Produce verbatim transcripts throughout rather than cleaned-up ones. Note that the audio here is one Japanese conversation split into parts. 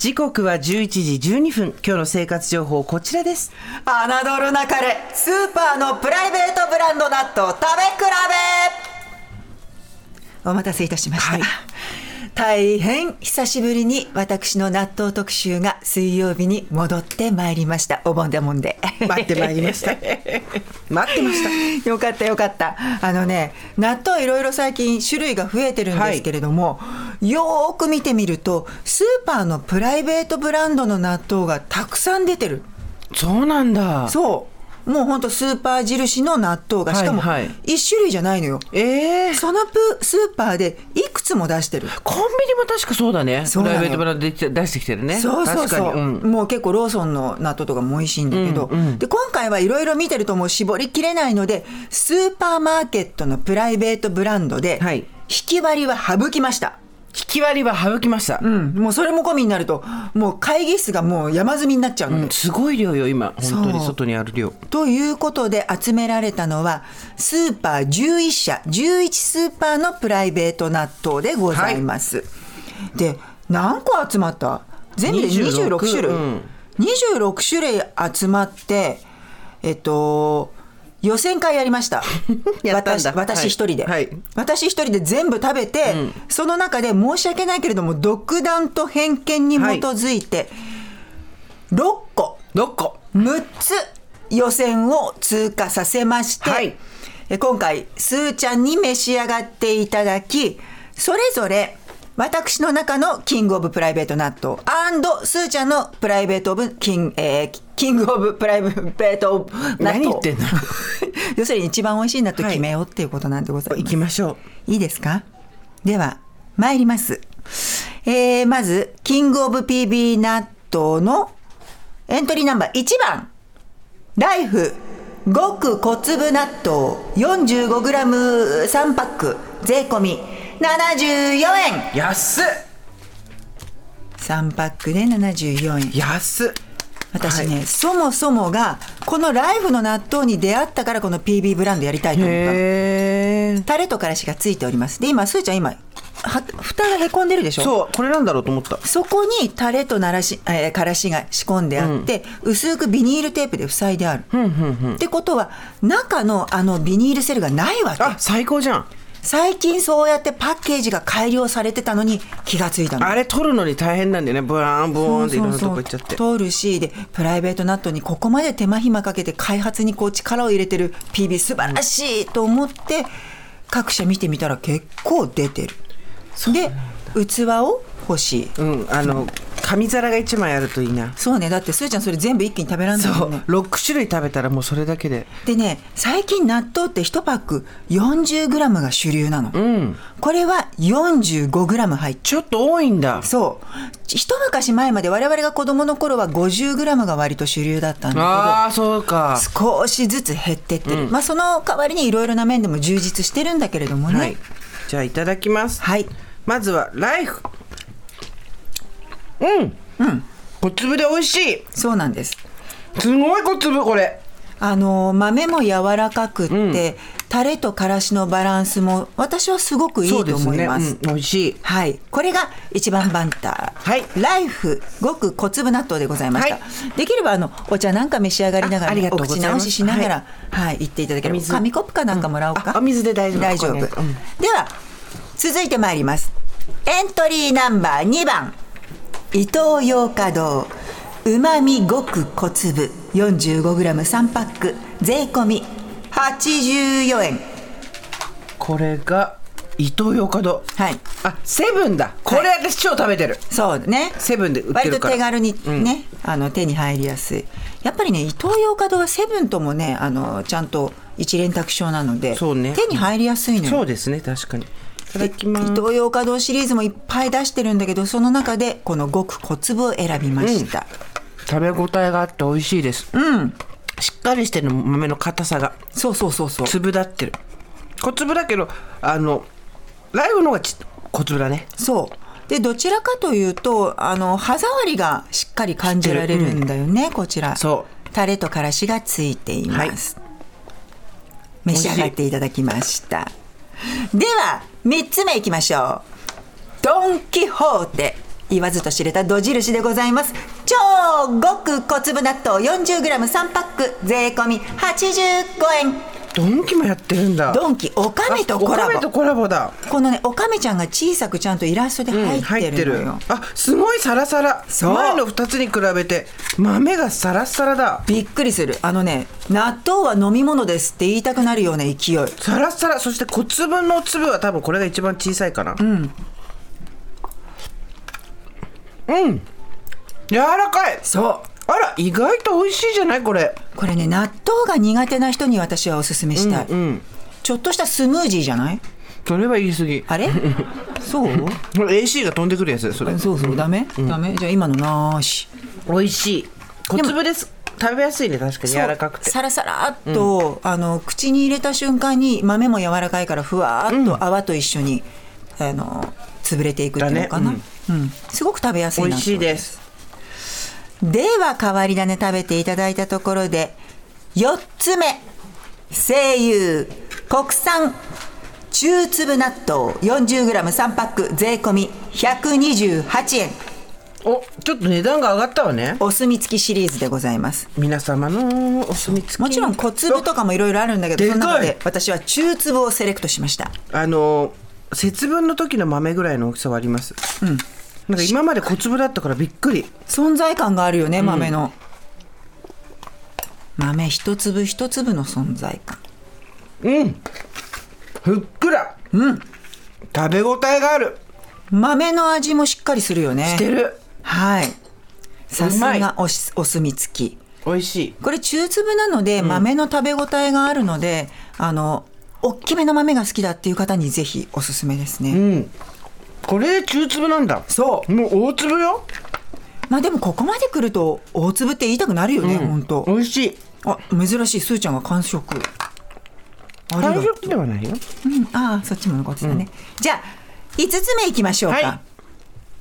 時刻はじゅういちじじゅうにふん。今日の生活情報こちらです。 侮るなかれ、スーパーのプライベートブランド納豆食べ比べ。お待たせいたしました、はい、大変久しぶりに私の納豆特集が水曜日に戻ってまいりました。お盆だもんで待ってまいりました待ってました。 よかったよかった。あのね、納豆いろいろ最近種類が増えてるんですけれども、はい、よーく見てみるとスーパーのプライベートブランドの納豆がたくさん出てる。 そうなんだ。 そう、もうほんとスーパー印の納豆がしかも一種類じゃないのよ、はいはい、えー、そのスーパーでいくつも出してる。 コンビニも確かそうだね。プライベートブランドで出してきてるね。 そうそうそう、確かに、うん、もう結構ローソンの納豆とかも美味しいんだけど、うんうん、で今回はいろいろ見てるともう絞りきれないのでスーパーマーケットのプライベートブランドで引き割りは省きました。 引き割りは省きました、 うん、もうそれも込みになるともう会議室がもう山積みになっちゃうの、うん、 すごい量よ今本当に外にある量ということで集められたのはスーパーじゅういっしゃじゅういちスーパーのプライベート納豆でございます、はい、で何個集まった？全部でにじゅうろくしゅるい、うん、にじゅうろくしゅるい集まってえっと予選会やりましたやったんだ。 私一人で、 はい、 私一人で全部食べて、うん、その中で申し訳ないけれども独断と偏見に基づいてろっこ、 ろっこむっつ予選を通過させまして、はい、今回スーちゃんに召し上がっていただき、それぞれ私の中のキングオブプライベート納豆&スーちゃんのプライベートオブキン、えー、キングオブプライベート納豆。 何言ってんの要するに一番美味しい納豆決めようっていうことなんでございます、はい、 行きましょう。いいですか？では参ります、えー、まずキングオブ ピービー 納豆のエントリーナンバーいちばんライフ極小粒納豆 よんじゅうごグラムさんパック税込みななじゅうよえん。 安っ。 さんパックでななじゅうよえん。 安っ。 私ね、 はい、 そもそもがこのライフの納豆に出会ったからこの ピービー ブランドやりたいと思ったの。 へー。 タレとからしがついております。で今スーちゃん今は蓋がへこんでるでしょ。 そうこれなんだろうと思った。 そこにタレとならし、えー、からしが仕込んであって、うん、薄くビニールテープで塞いである、うんうんうん、ってことは中のあのビニールセルがないわけ。 あ、最高じゃん。 最近そうやってパッケージが改良されてたのに気がついたの。 あれ取るのに大変なんだよね。ブワーンブワーンっていろんなとこ行っちゃって。 取るし、でプライベート納豆にここまで手間暇かけて開発にこう力を入れてる ピービー 素晴らしいと思って各社見てみたら結構出てる。で器を欲しい、 うん、あの紙皿がいちまいあるといいな。 そうね、だってスーちゃんそれ全部一気に食べらんないもんね。 そうろくしゅるい食べたらもうそれだけで。 でね、最近納豆っていちパック よんじゅうグラム が主流なの、うん、これは よんじゅうごグラム 入ってちょっと多いんだ。 そう一昔前まで我々が子供の頃は ごじゅうグラム が割と主流だったんだけど、 あーそうか、 少しずつ減ってってる、うん、まあその代わりにいろいろな面でも充実してるんだけれどもね、はい、 じゃあいただきます。 はい、 まずはライフ。うんうん、小粒で美味しい。そうなんです。すごい小粒。これあの豆も柔らかくって、うん、タレとからしのバランスも私はすごくいいと思います。 そうですね、うん、美味しい。 はい、これが一番バンター、はい、ライフ極小粒納豆でございました、はい、できればあのお茶なんか召し上がりながら、ね、お口直ししながら、はいはい、言っていただければ。紙コップかなんかもらおうか、 うん、お水で大丈夫。 大丈夫、うん、では続いてまいります。エントリーナンバーにばんイトーヨーカドーうまみ極小粒 よんじゅうごグラムさんパック税込みはちじゅうよえん。 これがイトーヨーカドー、はい、あセブンだ。これ私超食べてる、はい、そうね、セブンで売ってるから割と手軽にね、うん、あの手に入りやすい。やっぱりねイトーヨーカドーはセブンともねあのちゃんと一連卓上なので、そう、ね、手に入りやすいのよ、うん、そうですね、確かに。いただきます。イトーヨーカドーシリーズもいっぱい出してるんだけど、その中でこの極小粒を選びました、 うん、食べ応えがあって美味しいです、うん、しっかりしてる豆の硬さが。そうそうそうそう、粒立ってる。小粒だけどあのライフの方がち小粒だね。そうでどちらかというとあの歯触りがしっかり感じられるんだよね、うん、こちら。そうタレとからしがついています、はい、召し上がっていただきました。ではみっつめいきましょう。ドンキホーテ言わずと知れたド印でございます。超極小粒納豆 よんじゅうグラムさんパック税込みはちじゅうごえん。 ドンキもやってるんだ。 ドンキおかめとコラボ。 おかめとコラボだ。 このねおかめちゃんが小さくちゃんとイラストで入ってるのよ、 うん、あすごいサラサラ。前のふたつに比べて豆がサラサラだ。 びっくりする。あのね納豆は飲み物ですって言いたくなるような勢い。 サラサラ。そして小粒の粒は多分これが一番小さいかな。うんうん柔らかい。 そう。 あら意外と美味しいじゃないこれ。 これね納豆が苦手な人に私はおすすめしたい、うんうん、ちょっとしたスムージーじゃない。 それは言い過ぎ。 あれそう エーシー が飛んでくるやつそれ。 そうそうダメ、うん、ダメ。じゃあ今のなーし。 美味しい。小粒です。食べやすいね。確かに柔らかくてサラサラっと、うん、あの口に入れた瞬間に豆も柔らかいからふわーっと泡と一緒に、うん、あの潰れていくっていうのかな、ねうんうん、すごく食べやすいな。 美味しいです。 では変わり種食べていただいたところでよっつめ、西友国産中粒納豆 よんじゅうグラムさんパック税込みひゃくにじゅうはちえん。 おちょっと値段が上がったわね。 お墨付きシリーズでございます。 皆様のお墨付き。 もちろん小粒とかもいろいろあるんだけど、その中で私は中粒をセレクトしました。 あの節分の時の豆ぐらいの大きさはあります。うんなんか今まで小粒だったからびっくり。 存在感があるよね豆の、うん、豆一粒一粒の存在感。 うんふっくら、うん、食べ応えがある。 豆の味もしっかりするよね。 してる。 はいさすが お, お墨付き。 美味しい。 これ中粒なので豆の食べ応えがあるので、うん、あの大きめの豆が好きだっていう方にぜひおすすめですね、 うんこれ中粒なんだ。そうもう大粒よ。 まあでもここまで来ると大粒って言いたくなるよね、うん、本当。 美味しい。 あ珍しい。すーちゃんが完食。 完食ではないよ、 うん、ああそっちも残ってたね、うん、じゃあいつつめいきましょうか、はい、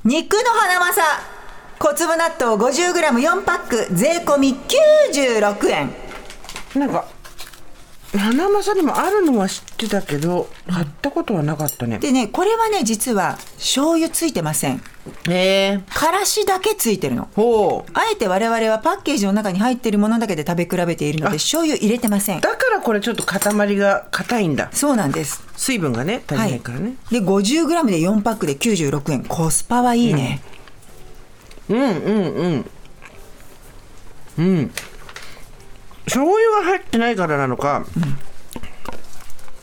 肉のハナマサ小粒納豆 ごじゅうグラムよんパック税込みきゅうじゅうろくえん。 なんか花正にもあるのは知ってたけど買ったことはなかったね。 でねこれはね実は醤油ついてません。へえ。からしだけついてるの。ほう。あえて我々はパッケージの中に入っているものだけで食べ比べているので醤油入れてません。 だからこれちょっと塊が硬いんだ。 そうなんです。 水分がね足りないからね、はい、 で ごじゅうグラム でよんパックできゅうじゅうろくえん。コスパはいいね、 うん、うんうんうんうん醤油が入ってないからなのか、うん、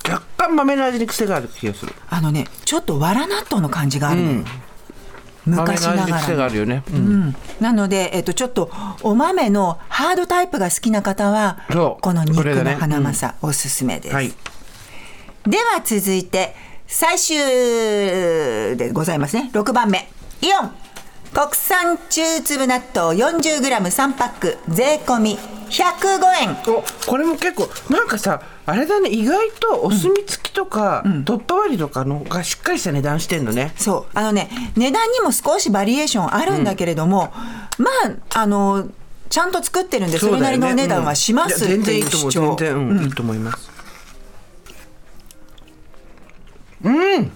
若干豆の味に癖がある気がする。 あのねちょっとわら納豆の感じがあるの、うん、昔ながら豆の味に癖があるよね、うんうん、なので、えっと、ちょっとお豆のハードタイプが好きな方はこの肉のハナマサ、ねうん、おすすめです、はい、では続いて最終でございますね。ろくばんめイオン国産中粒納豆 よんじゅうグラムさんパック税込みひゃくごえん。 おこれも結構なんかさあれだね意外とお墨付きとか、うん、突破割とかのがしっかりした値段してんのね。 そうあのね値段にも少しバリエーションあるんだけれども、うん、まああのちゃんと作ってるんで そ,、ね、それなりのお値段はしますっていう主張。 全然いいと思う。全然、うんうん、いいと思います。うん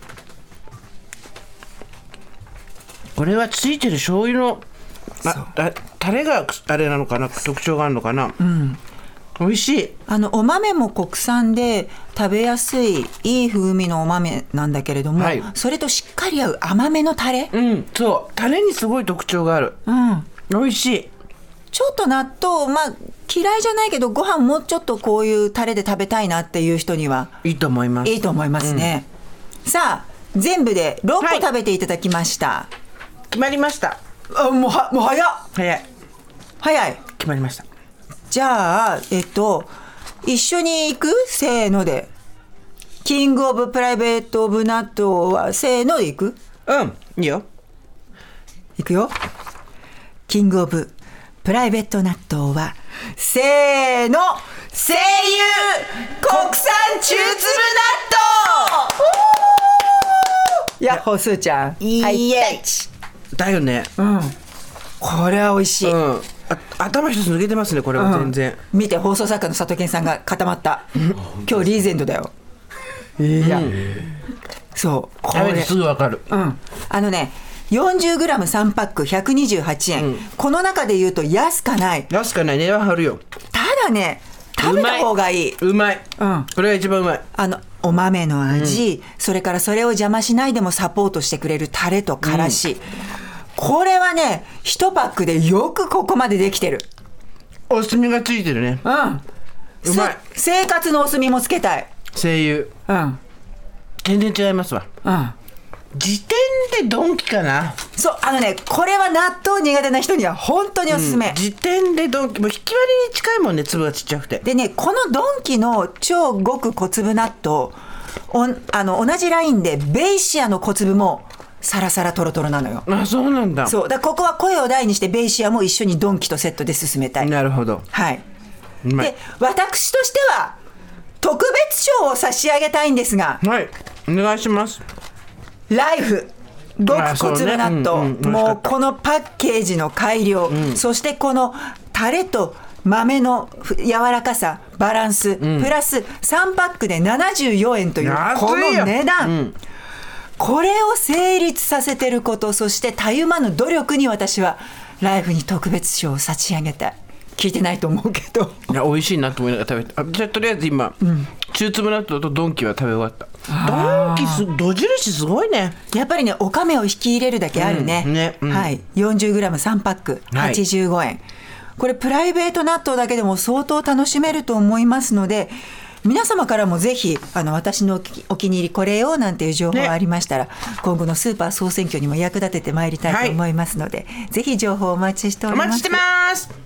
これはついてる醤油のああタレがあれなのかな特徴があるのかな、うん、美味しい。 あのお豆も国産で食べやすいいい風味のお豆なんだけれども、はい、それとしっかり合う甘めのタレ、 うん、そうタレにすごい特徴がある、うん、美味しい。 ちょっと納豆、まあ、嫌いじゃないけどご飯もうちょっとこういうタレで食べたいなっていう人にはいいと思います。 いいと思いますね、うん、さあ全部でろっこ食べていただきました、はい、 決まりました。 あもうはもう早っ早い早い決まりました。 じゃあえっと一緒に行くせーのでキングオブプライベートオブ納豆はせーので行く。 うんいいよ。 行くよ。キングオブプライベート納豆はせーの西友国産中粒納豆。やっほーすーちゃんいいえだよね、 うん、これは美味しい、うん、 あ頭一つ抜けてますねこれは全然、 うん、見て放送作家の佐藤健さんが固まった今日リーゼントだよ、えー、いやそうこれ食べてすぐ分かる、 うん、あのねよんじゅうグラムさんパックひゃくにじゅうはちえん、うん、この中で言うと安かない安かない値段張るよ。 ただね食べた方がいい。 うまい、うん、これが一番うまい。 あのお豆の味、うん、それからそれを邪魔しないでもサポートしてくれるタレとからし、うん、これはねいちパックでよくここまでできてる。 お墨がついてるね。 うん、うまい。生活のお墨もつけたい。 精油、うん、全然違いますわ。うん、時点でドンキかな。 そうあのねこれは納豆苦手な人には本当におすすめ、うん、 時点でドンキもう引き割りに近いもんね。粒がちっちゃくて。 でねこのドンキの超極小粒納豆おあの同じラインでベイシアの小粒もサラサラトロトロなのよ。 あそうなんだ。 そうだここは声を大にしてベイシアも一緒にドンキとセットで進めたい。 なるほど。 はい。で私としては特別賞を差し上げたいんですが、 はいお願いします。 ライフ極小粒納豆、ねうんうん、もうこのパッケージの改良、うん、そしてこのタレと豆の柔らかさバランス、うん、プラスさんパックでななじゅうよえんというこの値段、うん、これを成立させてること、そしてたゆまぬ努力に私はライフに特別賞を差し上げたい。聞いてないと思うけどいや美味しいなと思いながら食べて、あじゃあとりあえず今、うん、中粒納豆とドンキは食べ終わった。ドンキすど印すごいね。 やっぱりねおかめを引き入れるだけあるね、うんねうん、はい よんじゅうグラムさんパックはちじゅうごえん、はい、これプライベート納豆だけでも相当楽しめると思いますので、皆様からもぜひあの私のお気に入りこれよなんていう情報がありましたら、ね、今後のスーパー総選挙にも役立ててまいりたいと思いますので、はい、ぜひ情報をお待ちしております。 お待ちしてます。